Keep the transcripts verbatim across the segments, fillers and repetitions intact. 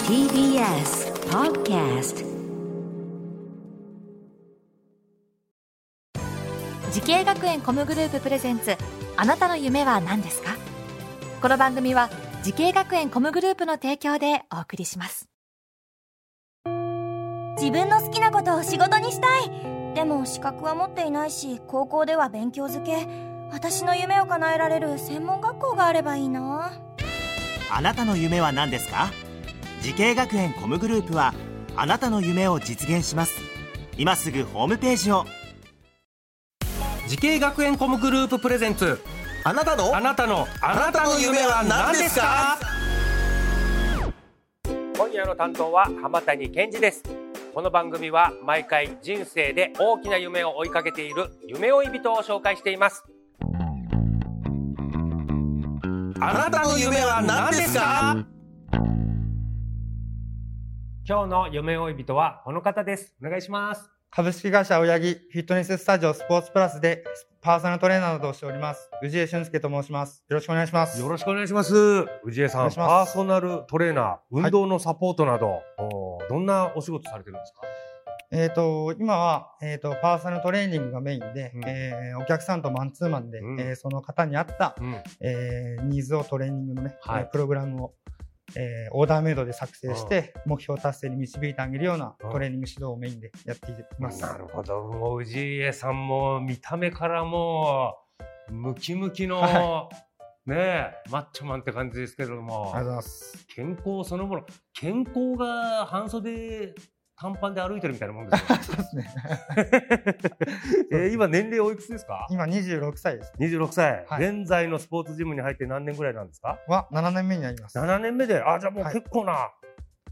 ティービーエス Podcast。 時系学園コムグループプレゼンツ、あなたの夢は何ですか？この番組は時系学園コムグループの提供でお送りします。 自分の好きなことを仕事にしたい。でも資格は持っていないし、高校では勉強づけ。私の夢を叶えられる専門学校があればいいな。 あなたの夢は何ですか？時系学園コムグループはあなたの夢を実現します。今すぐホームページを。 時系学園コムグループプレゼンツ、 あなたのあなたのあなたの夢は何ですか？今夜の担当は浜谷健二です。この番組は毎回人生で大きな夢を追いかけている夢追い人を紹介しています。 あなたの夢は何ですか？ 今日の夢追い人はこの方です。お願いします。 株式会社青柳フィットネススタジオスポーツプラスでパーソナルトレーナーなどをしております氏家俊介と申します。よろしくお願いします。 よろしくお願いします。氏家さん、パーソナルトレーナー、運動のサポートなど、はい、どんなお仕事されてるんですか？ えーと、今は、えーと、パーソナルトレーニングがメインで、うん、えー、お客さんとマンツーマンで、うん、えー、その方に合った、うん、えー、ニーズをトレーニングのね、はい、プログラムを、えー、オーダーメイドで作成して、うん、目標達成に導いてあげるようなトレーニング指導をメインでやっています。 うん、なるほど。もう氏家さんも見た目からもうムキムキの、はい、ねえマッチョマンって感じですけれども、 ありがとうございます。 健康そのもの、健康が半袖短パンで歩いてるみたいなもんですよ。 そうですね。 えー、今年齢おいくつですか？ 今にじゅうろくさいです。 にじゅうろくさい、はい、現在のスポーツジムに入って何年ぐらいなんですか？ はななねんめになります。 ななねんめで、あ、じゃあもう結構な、はい、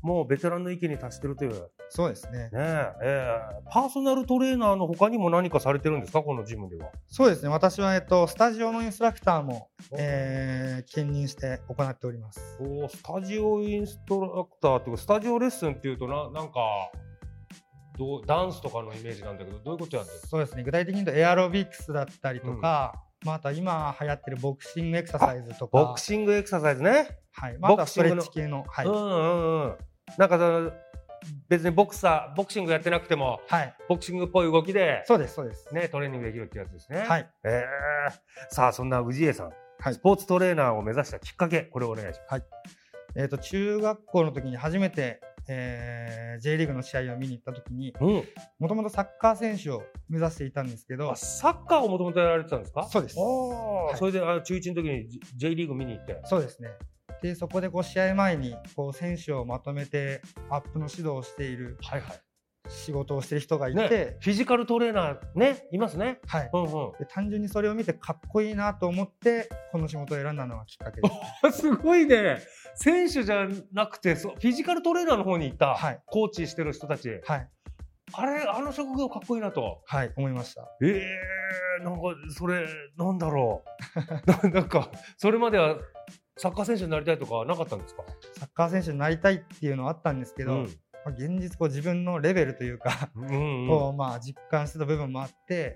もうベテランの域に達してるという。 そうですね。 ねえ、えー、パーソナルトレーナーの他にも何かされてるんですか、このジムでは？ そうですね。私はえっとスタジオのインストラクターも、えー、兼任して行っております。 お、スタジオインストラクターっていうか、スタジオレッスンっていうとな、なんかどうダンスとかのイメージなんだけど、どういうことやってるんですか？ そうですね。具体的に言うとエアロビクスだったりとか、うん、まあ、あとは今流行ってるボクシングエクササイズとか。 ボクシングエクササイズね。 はい。まあ、あとはストレッチ系の。はい。 うんうんうん。なんかその別にボクサー、ボクシングやってなくても、はい、ボクシングっぽい動きで、 そうですそうです。 ね、トレーニングできるってやつですね。 はい。 えー、さあそんな氏家さん、はい、スポーツトレーナーを目指したきっかけ、これをお願いします。 はい。えっと中学校の時に初めて、えー、J リーグの試合を見に行った時に、もともとサッカー選手を目指していたんですけど。 サッカーをもともとやられてたんですか？ そうです。 はい、それであ中いちの時に J リーグ見に行って。 そうですね。でそこでこう試合前にこう選手をまとめてアップの指導をしている、はいはい、仕事をしている人がいて、 ね、フィジカルトレーナーねいますね。 はい、うんうん、で単純にそれを見てかっこいいなと思ってこの仕事を選んだのがきっかけです。 すごいね。選手じゃなくてフィジカルトレーナーの方に行った、はい、コーチしてる人たち、はい、あれあの職業かっこいいなと、 はい、思いました。 えー、なんかそれなんだろうな, なんかそれまではサッカー選手になりたいとかなかったんですか？ サッカー選手になりたいっていうのはあったんですけど、うん、まあ、現実こう自分のレベルというかうん、うん、こうまあ実感してた部分もあって、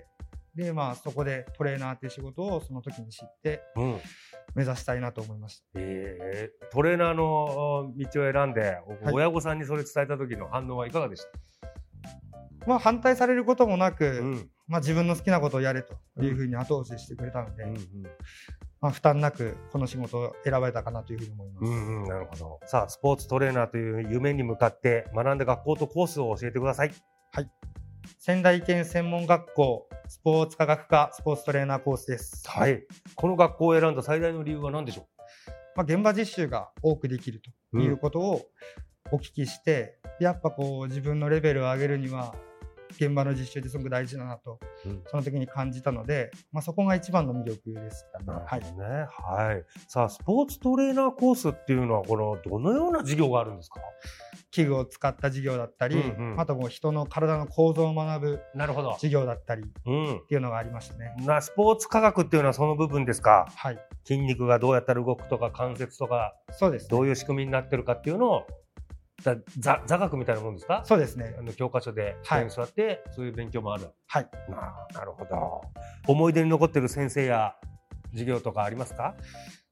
でまあそこでトレーナーっていう仕事をその時に知って、うん、目指したいなと思いました。 えー、トレーナーの道を選んで、はい、親御さんにそれ伝えた時の反応はいかがでした？ まあ、反対されることもなく、うん、まあ、自分の好きなことをやれというふうに後押ししてくれたので、うんうんうん、まあ、負担なくこの仕事を選ばれたかなというふうに思います。 うんうん、なるほど。さあスポーツトレーナーという夢に向かって学んだ学校とコースを教えてください。 はい、仙台県専門学校スポーツ科学科スポーツトレーナーコースです。 はい、この学校を選んだ最大の理由は何でしょう？ まあ、現場実習が多くできるということをお聞きして、うん、やっぱこう自分のレベルを上げるには現場の実習ってすごく大事だなと、うん、その時に感じたので、まあ、そこが一番の魅力ですかね。 なるほどね。はい。さあスポーツトレーナーコースっていうのはこのどのような授業があるんですか？ 器具を使った授業だったり、うんうん、あともう人の体の構造を学ぶ授業だったりっていうのがありましたね。 なスポーツ科学っていうのはその部分ですか？はい。筋肉がどうやったら動くとか関節とか、そうですね、どういう仕組みになってるかっていうのを座, 座学みたいなもんですか？そうですね。あの教科書で机に座って、はい、そういう勉強もある。はい。な, なるほど。思い出に残ってる先生や授業とかありますか？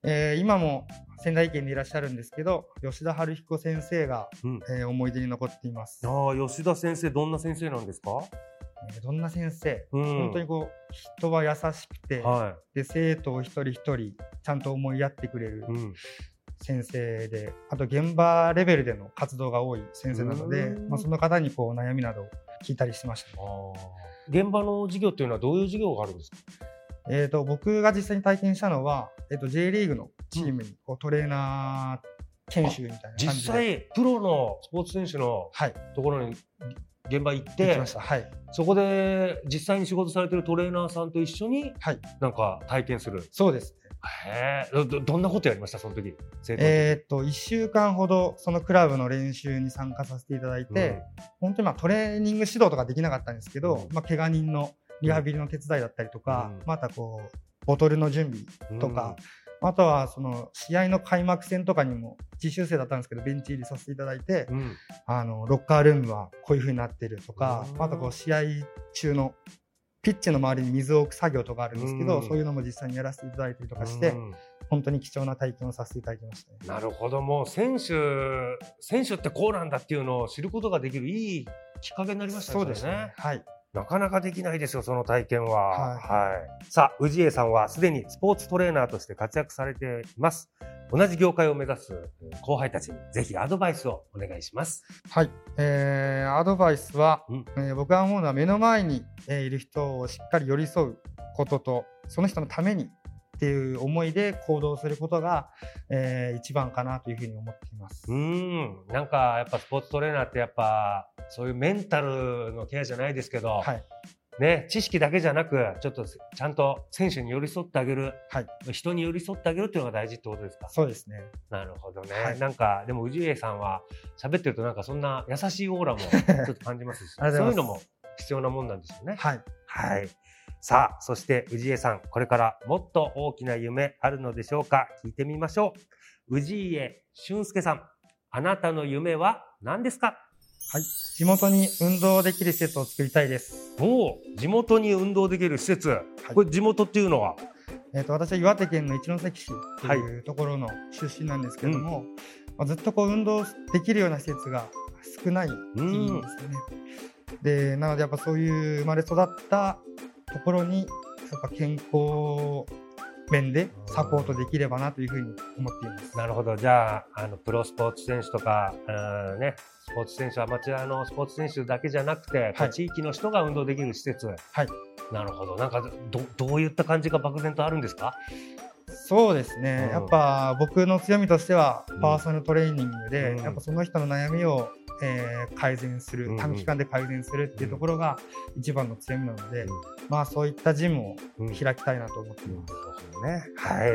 えー、今も仙台県にいらっしゃるんですけど、吉田春彦先生が、うんえー、思い出に残っています。 ああ、吉田先生、どんな先生なんですか？ えー、どんな先生、うん、本当にこう人は優しくて、はい、で生徒を一人一人ちゃんと思いやってくれる先生で、うん、あと現場レベルでの活動が多い先生なので、まあ、その方にこう悩みなどを聞いたりしてました、ね。あ現場の授業っていうのはどういう授業があるんですか？ えー、と僕が実際に体験したのは、えー、と J リーグのチームにこうトレーナー研修みたいな感じで、 実際プロのスポーツ選手のところに現場行って、 はいはい、 そこで実際に仕事されてるトレーナーさんと一緒になんか体験する、はい、 そうですね。 へー ど, どんなことやりました？その時えー、っといっしゅうかんほどそのクラブの練習に参加させていただいて、うん、本当にまあトレーニング指導とかできなかったんですけど、うんまあ、怪我人のリハビリの手伝いだったりとか、うん、またこうボトルの準備とか、うん、あとはその試合の開幕戦とかにも実習生だったんですけどベンチ入りさせていただいて、うん、あのロッカールームはこういう風になってるとか、うん、あとこう試合中のピッチの周りに水を置く作業とかあるんですけど、うん、そういうのも実際にやらせていただいたりとかして、うん、本当に貴重な体験をさせていただきましたね。 なるほど。もう選手選手ってこうなんだっていうのを知ることができるいいきっかけになりましたね。 そうですね。はい。 なかなかできないですよ、その体験は。はい。はい、さあ、氏家さんはすでにスポーツトレーナーとして活躍されています。同じ業界を目指す後輩たちにぜひアドバイスをお願いします。 はい。えー、アドバイスは、うんえー、僕が思うのは目の前に、えー、いる人をしっかり寄り添うことと、その人のためにっていう思いで行動することが、えー、一番かなというふうに思っています。 うーん。なんかやっぱスポーツトレーナーってやっぱそういうメンタルのケアじゃないですけど、はいね、知識だけじゃなくちょっとちゃんと選手に寄り添ってあげる、はい、人に寄り添ってあげるっていうのが大事ってことですか？ そうですね。 なるほどね、はい、なんかでも氏家さんは喋ってるとなんかそんな優しいオーラもちょっと感じますしそういうのも必要なもんなんですよね。 はい、 はい、さあそして氏家さん、これからもっと大きな夢あるのでしょうか？聞いてみましょう。氏家俊介さん、あなたの夢は何ですか？ はい、地元に運動できる施設を作りたいです。 おお、地元に運動できる施設、はい、これ地元っていうのは、 えーと、私は岩手県の一関市というところの出身なんですけれども、はいうんまあ、ずっとこう運動できるような施設が少ないんですよね。で、なのでやっぱそういう生まれ育ったところにやっぱ健康面でサポートできればなというふうに思っています。 なるほど。じゃあ、あのプロスポーツ選手とか、うんね、スポーツ選手、アマチュアのスポーツ選手だけじゃなくて、はい、地域の人が運動できる施設。はい。なるほど。なんかどどういった感じが漠然とあるんですか？ そうですね。うん、やっぱ僕の強みとしてはパーソナルトレーニングで、うん、やっぱその人の悩みを、えー、改善する、うん、短期間で改善するっていうところが一番の強みなので、うん、まあそういったジムを開きたいなと思っています。 うんうん、ね。はい。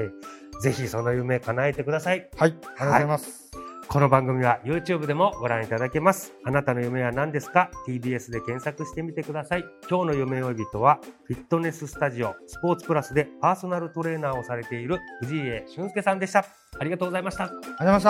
ぜひその夢叶えてください。 はい。ありがとうございます。はい、 この番組は YouTube でもご覧いただけます。あなたの夢は何ですか？ ティービーエス で検索してみてください。今日の夢追い人はフィットネススタジオスポーツプラスでパーソナルトレーナーをされている氏家俊介さんでした。ありがとうございました。 ありがとうございました。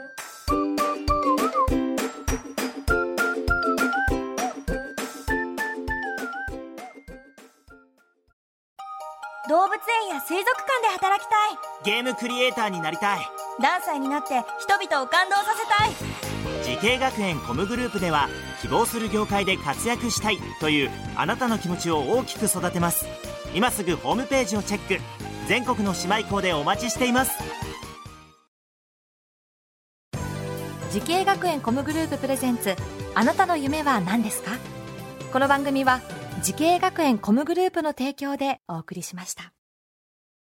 動物園や水族館で働きたい。 ゲームクリエイターになりたい。 何歳になって人々を感動させたい。 時系学園コムグループでは希望する業界で活躍したいというあなたの気持ちを大きく育てます。今すぐホームページをチェック。全国の姉妹校でお待ちしています。 時系学園コムグループプレゼンツ、あなたの夢は何ですか？この番組は時系学園コムグループの提供でお送りしました。